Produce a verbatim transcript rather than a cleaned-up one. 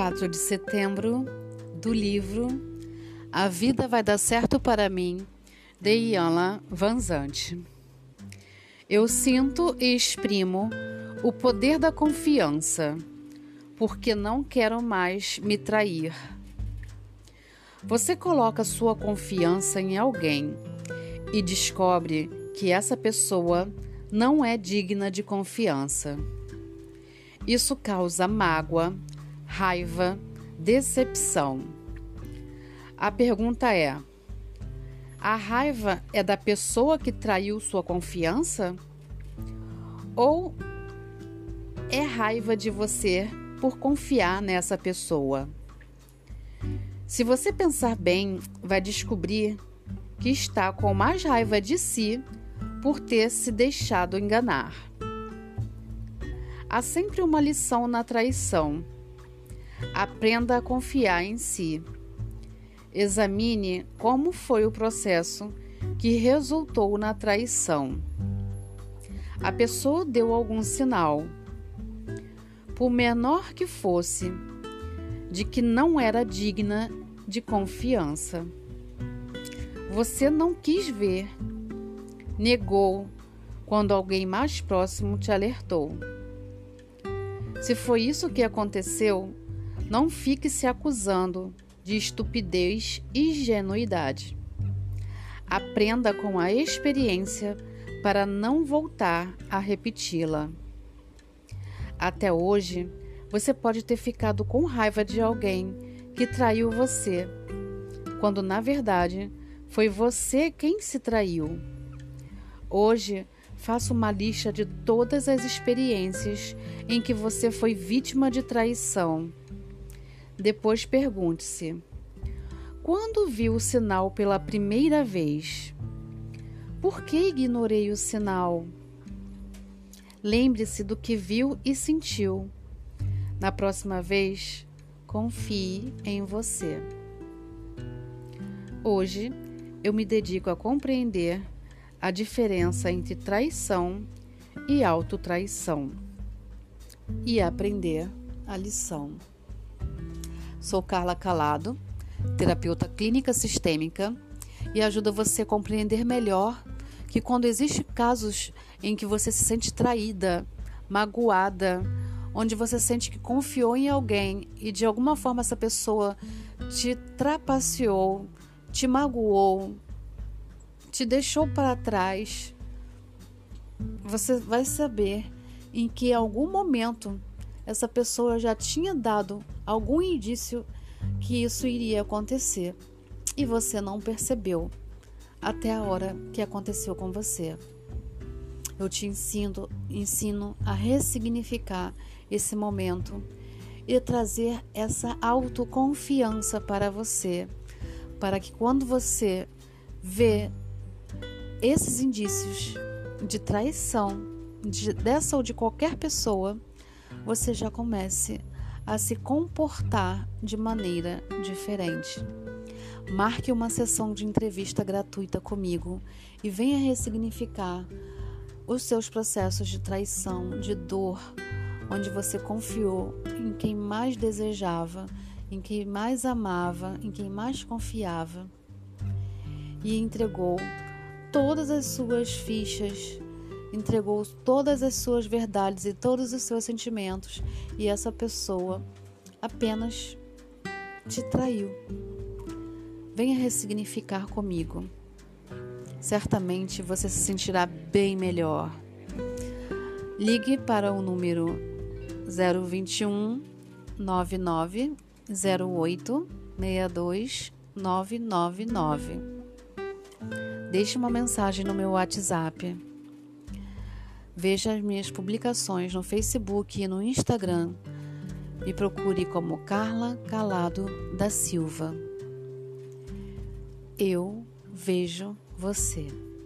quatro de setembro, do livro A Vida Vai Dar Certo para Mim, de Iyanla Vanzant. Eu sinto e exprimo o poder da confiança, porque não quero mais me trair. Você coloca sua confiança em alguém e descobre que essa pessoa não é digna de confiança. Isso causa mágoa, raiva, decepção. A pergunta é: a raiva é da pessoa que traiu sua confiança? Ou é raiva de você por confiar nessa pessoa? Se você pensar bem, vai descobrir que está com mais raiva de si por ter se deixado enganar. Há sempre uma lição na traição. Aprenda a confiar em si. Examine como foi o processo que resultou na traição. A pessoa deu algum sinal, por menor que fosse, de que não era digna de confiança. Você não quis ver, negou quando alguém mais próximo te alertou. Se foi isso que aconteceu, não fique se acusando de estupidez e ingenuidade. Aprenda com a experiência para não voltar a repeti-la. Até hoje, você pode ter ficado com raiva de alguém que traiu você, quando na verdade foi você quem se traiu. Hoje, faça uma lista de todas as experiências em que você foi vítima de traição. Depois pergunte-se: quando vi o sinal pela primeira vez? Por que ignorei o sinal? Lembre-se do que viu e sentiu. Na próxima vez, confie em você. Hoje, eu me dedico a compreender a diferença entre traição e autotraição e aprender a lição. Sou Carla Calado, terapeuta clínica sistêmica, e ajudo você a compreender melhor que quando existem casos em que você se sente traída, magoada, onde você sente que confiou em alguém e de alguma forma essa pessoa te trapaceou, te magoou, te deixou para trás, você vai saber em que em algum momento essa pessoa já tinha dado algum indício que isso iria acontecer e você não percebeu até a hora que aconteceu com você. Eu te ensino, ensino a ressignificar esse momento e trazer essa autoconfiança para você, para que quando você vê esses indícios de traição de, dessa ou de qualquer pessoa, você já comece a se comportar de maneira diferente. Marque uma sessão de entrevista gratuita comigo e venha ressignificar os seus processos de traição, de dor, onde você confiou em quem mais desejava, em quem mais amava, em quem mais confiava e entregou todas as suas fichas, entregou todas as suas verdades e todos os seus sentimentos, e essa pessoa apenas te traiu. Venha ressignificar comigo. Certamente você se sentirá bem melhor. Ligue para o número zero vinte e um, nove nove zero oito, seis dois nove nove nove. Deixe uma mensagem no meu WhatsApp. Veja as minhas publicações no Facebook e no Instagram. Me procure como Carla Calado da Silva. Eu vejo você.